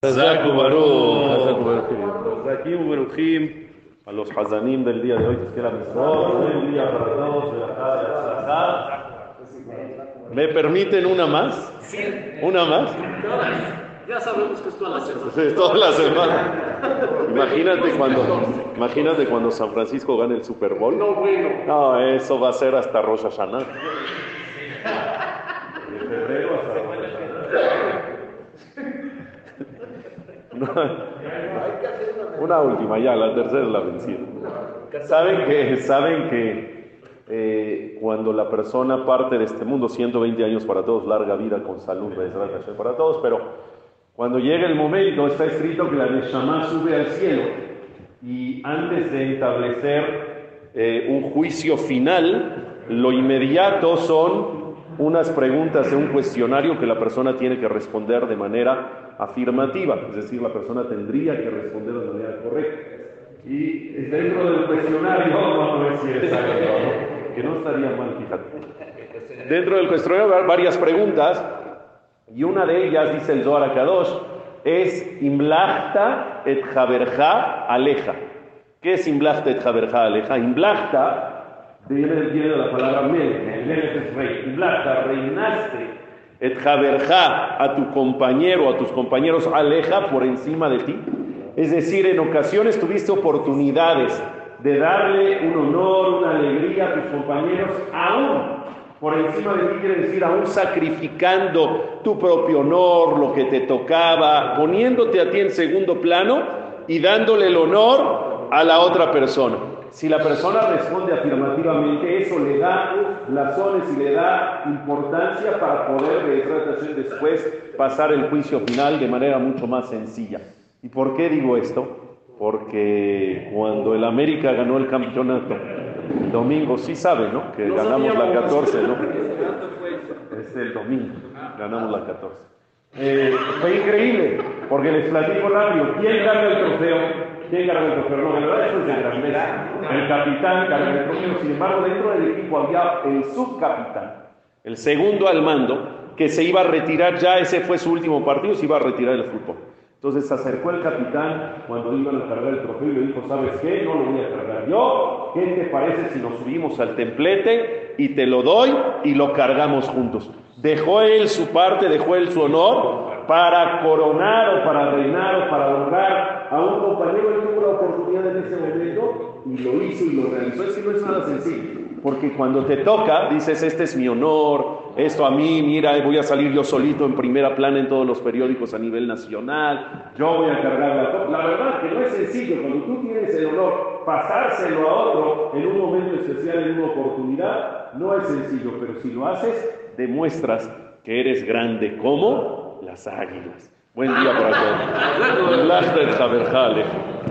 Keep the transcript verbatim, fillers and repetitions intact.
Jazaku Baruch, Jazaku Baruch. Jazakim Baruchim, a los Hazanim del día de hoy, que era buen día para todos. ¿Me permiten una más? Sí. ¿Una más? Ya sabemos que es toda la semana. Sí, toda la semana. Imagínate cuando, imagínate cuando San Francisco gane el Super Bowl. No, bueno. No, eso va a ser hasta Rosh Hashanah. De febrero hasta Rosh Hashanah. Una última, ya, la tercera es la vencida. Saben que, saben que eh, cuando la persona parte de este mundo, ciento veinte años para todos, larga vida con salud, para todos, pero cuando llega el momento, está escrito que la Neshama sube al cielo y antes de establecer eh, un juicio final, lo inmediato son unas preguntas de un cuestionario que la persona tiene que responder de manera afirmativa, es decir, la persona tendría que responder de manera correcta. Y dentro del cuestionario, no, no es si es algo, ¿no? Que no estaría mal, fíjate. Dentro del cuestionario hay varias preguntas, y una de ellas, dice el Zohar HaKadosh, es Imlachta et Jaberja Aleja. ¿Qué es Imlachta et Jaberja Aleja? Imlachta viene de la palabra Melech, Melech es rey. Imlachta, reinaste et Jaberja, a tu compañero, a tus compañeros Aleja, por encima de ti. Es decir, en ocasiones tuviste oportunidades de darle un honor, una alegría a tus compañeros, aún por encima de ti, quiere decir, aún sacrificando tu propio honor, lo que te tocaba, poniéndote a ti en segundo plano y dándole el honor a la otra persona. Si la persona responde afirmativamente, eso le da razones y le da importancia para poder después pasar el juicio final de manera mucho más sencilla. ¿Y por qué digo esto? Porque cuando el América ganó el campeonato, el domingo, sí sabe, ¿no? Que ganamos la catorce, ¿no? Es el domingo, ganamos la catorce. Eh, fue increíble, porque les platico rápido, ¿quién gana el trofeo? ¿Quién gana el trofeo? No, la verdad eso es de grandeza. El capitán gana el trofeo, sin embargo, dentro del equipo había el subcapitán, el segundo al mando, que se iba a retirar ya, ese fue su último partido, se iba a retirar del fútbol. Entonces se acercó el capitán cuando iban a cargar el trofeo y le dijo, ¿sabes qué? No lo voy a cargar yo. ¿Qué te parece si nos subimos al templete y te lo doy y lo cargamos juntos? Dejó él su parte, dejó él su honor para coronar o para reinar o para honrar a un compañero. Él tuvo la oportunidad en ese momento y lo hizo y lo realizó. Es que no es nada sencillo, porque cuando te toca, dices, este es mi honor, esto a mí, mira, voy a salir yo solito en primera plana en todos los periódicos a nivel nacional, yo voy a cargar la copa. La verdad que no es sencillo, cuando tú tienes el honor, pasárselo a otro en un momento especial, en una oportunidad, no es sencillo, pero si lo haces, demuestras que eres grande como las águilas. Buen día para todos.